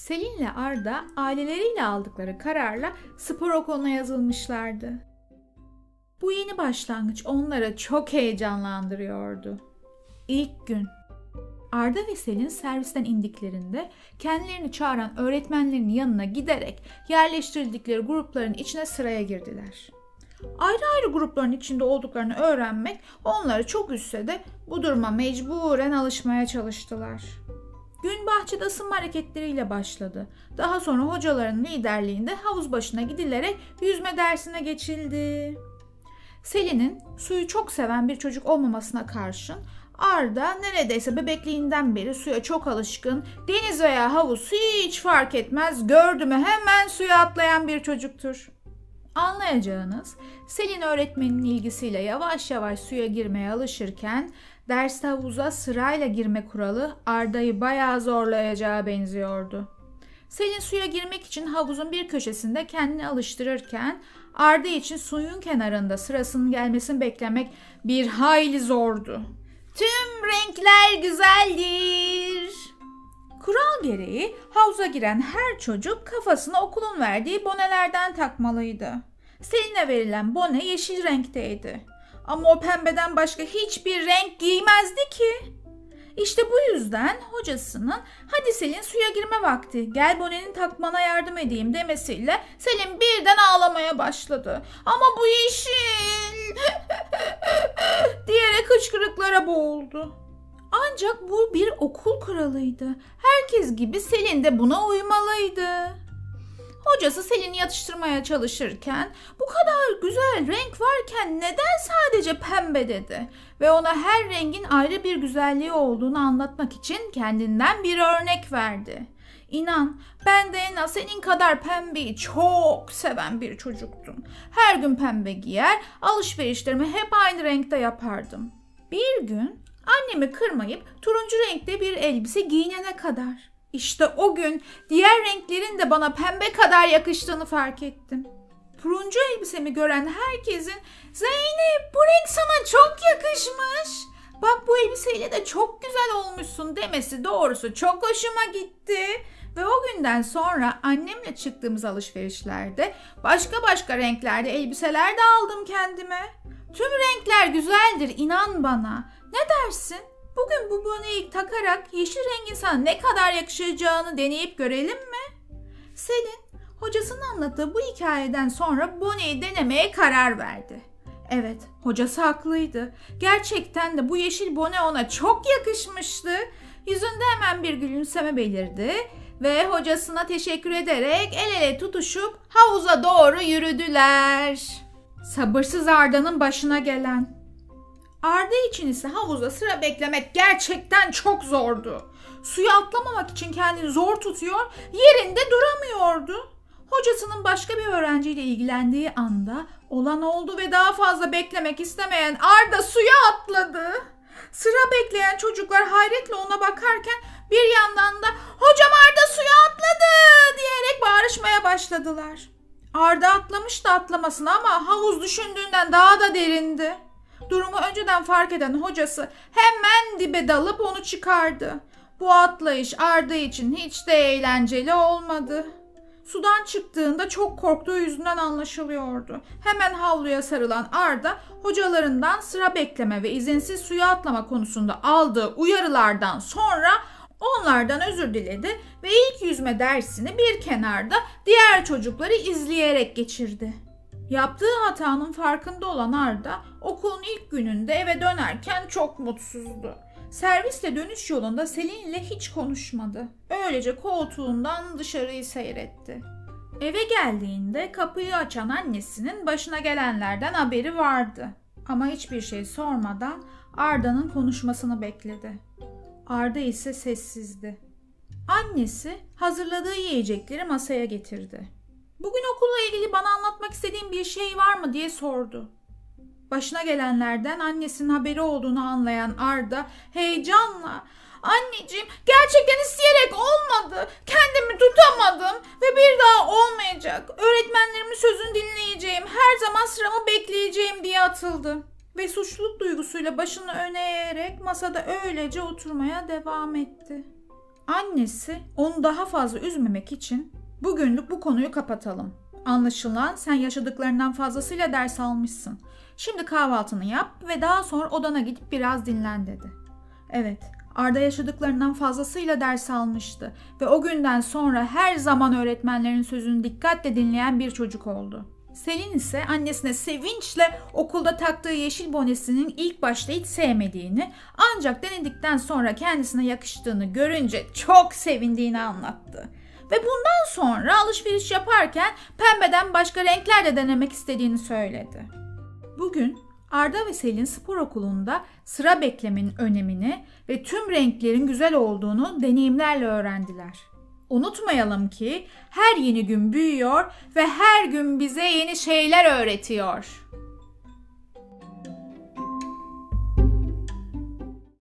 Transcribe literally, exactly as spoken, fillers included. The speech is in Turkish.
Selin'le Arda aileleriyle aldıkları kararla spor okuluna yazılmışlardı. Bu yeni başlangıç onları çok heyecanlandırıyordu. İlk gün. Arda ve Selin servisten indiklerinde kendilerini çağıran öğretmenlerin yanına giderek yerleştirdikleri grupların içine sıraya girdiler. Ayrı ayrı grupların içinde olduklarını öğrenmek onları çok üzse de bu duruma mecburen alışmaya çalıştılar. Gün bahçede ısınma hareketleriyle başladı. Daha sonra hocaların liderliğinde havuz başına gidilerek yüzme dersine geçildi. Selin'in suyu çok seven bir çocuk olmamasına karşın Arda neredeyse bebekliğinden beri suya çok alışkın, deniz veya havuz hiç fark etmez, gördü mü hemen suya atlayan bir çocuktur. Anlayacağınız, Selin öğretmenin ilgisiyle yavaş yavaş suya girmeye alışırken derste havuza sırayla girme kuralı Arda'yı bayağı zorlayacağı benziyordu. Selin suya girmek için havuzun bir köşesinde kendini alıştırırken Arda için suyun kenarında sırasının gelmesini beklemek bir hayli zordu. Tüm renkler güzeldir. Kural gereği havuza giren her çocuk kafasına okulun verdiği bonelerden takmalıydı. Selin'e verilen bone yeşil renkteydi. Ama o pembeden başka hiçbir renk giymezdi ki. İşte bu yüzden hocasının "Hadi Selin, suya girme vakti, gel boneni takmana yardım edeyim" demesiyle Selin birden ağlamaya başladı. "Ama bu yeşil" diyerek hıçkırıklara boğuldu. Ancak bu bir okul kuralıydı. Herkes gibi Selin de buna uymalıydı. Hocası Selin'i yatıştırmaya çalışırken "Bu kadar güzel renk varken neden sadece pembe?" dedi ve ona her rengin ayrı bir güzelliği olduğunu anlatmak için kendinden bir örnek verdi. "İnan, ben de en az senin kadar pembeyi çok seven bir çocuktum. Her gün pembe giyer, alışverişlerimi hep aynı renkte yapardım. Bir gün annemi kırmayıp turuncu renkte bir elbise giyinene kadar. İşte o gün diğer renklerin de bana pembe kadar yakıştığını fark ettim. Turuncu elbisemi gören herkesin 'Zeynep, bu renk sana çok yakışmış. Bak, bu elbiseyle de çok güzel olmuşsun' demesi doğrusu çok hoşuma gitti. Ve o günden sonra annemle çıktığımız alışverişlerde başka başka renklerde elbiseler de aldım kendime. Tüm renkler güzeldir, inan bana. Ne dersin? Bugün bu boneyi takarak yeşil rengin sana ne kadar yakışacağını deneyip görelim mi?" Selin, hocasının anlattığı bu hikayeden sonra boneyi denemeye karar verdi. Evet, hocası haklıydı. Gerçekten de bu yeşil bone ona çok yakışmıştı. Yüzünde hemen bir gülümseme belirdi ve hocasına teşekkür ederek el ele tutuşup havuza doğru yürüdüler. Sabırsız Arda'nın başına gelen. Arda için ise havuza sıra beklemek gerçekten çok zordu. Suya atlamamak için kendini zor tutuyor, yerinde duramıyordu. Hocasının başka bir öğrenciyle ilgilendiği anda olan oldu ve daha fazla beklemek istemeyen Arda suya atladı. Sıra bekleyen çocuklar hayretle ona bakarken bir yandan da "Hocam, Arda suya atladı!" diyerek bağırışmaya başladılar. Arda atlamış da atlamasına ama havuz düşündüğünden daha da derindi. Durumu önceden fark eden hocası hemen dibe dalıp onu çıkardı. Bu atlayış Arda için hiç de eğlenceli olmadı. Sudan çıktığında çok korktuğu yüzünden anlaşılıyordu. Hemen havluya sarılan Arda, hocalarından sıra bekleme ve izinsiz suya atlama konusunda aldığı uyarılardan sonra onlardan özür diledi ve ilk yüzme dersini bir kenarda diğer çocukları izleyerek geçirdi. Yaptığı hatanın farkında olan Arda, okulun ilk gününde eve dönerken çok mutsuzdu. Servisle dönüş yolunda Selin ile hiç konuşmadı. Öylece koltuğundan dışarıyı seyretti. Eve geldiğinde kapıyı açan annesinin başına gelenlerden haberi vardı. Ama hiçbir şey sormadan Arda'nın konuşmasını bekledi. Arda ise sessizdi. Annesi hazırladığı yiyecekleri masaya getirdi. "Bugün okulla ilgili bana anlatmak istediğin bir şey var mı?" diye sordu. Başına gelenlerden annesinin haberi olduğunu anlayan Arda heyecanla "Anneciğim, gerçekten isteyerek olmadı. Kendimi tutamadım ve bir daha olmayacak. Öğretmenlerimin sözünü dinleyeceğim. Her zaman sıramı bekleyeceğim" diye atıldı. Ve suçluluk duygusuyla başını öne eğerek masada öylece oturmaya devam etti. Annesi onu daha fazla üzmemek için bugünlük bu konuyu kapatalım. Anlaşılan sen yaşadıklarından fazlasıyla ders almışsın. Şimdi kahvaltını yap ve daha sonra odana gidip biraz dinlen dedi. Evet, Arda yaşadıklarından fazlasıyla ders almıştı ve o günden sonra her zaman öğretmenlerin sözünü dikkatle dinleyen bir çocuk oldu. Selin ise annesine sevinçle okulda taktığı yeşil bonesinin ilk başta hiç sevmediğini, ancak denedikten sonra kendisine yakıştığını görünce çok sevindiğini anlattı. Ve bundan sonra alışveriş yaparken pembeden başka renkler de denemek istediğini söyledi. Bugün Arda ve Selin spor okulunda sıra beklemenin önemini ve tüm renklerin güzel olduğunu deneyimlerle öğrendiler. Unutmayalım ki her yeni gün büyüyor ve her gün bize yeni şeyler öğretiyor.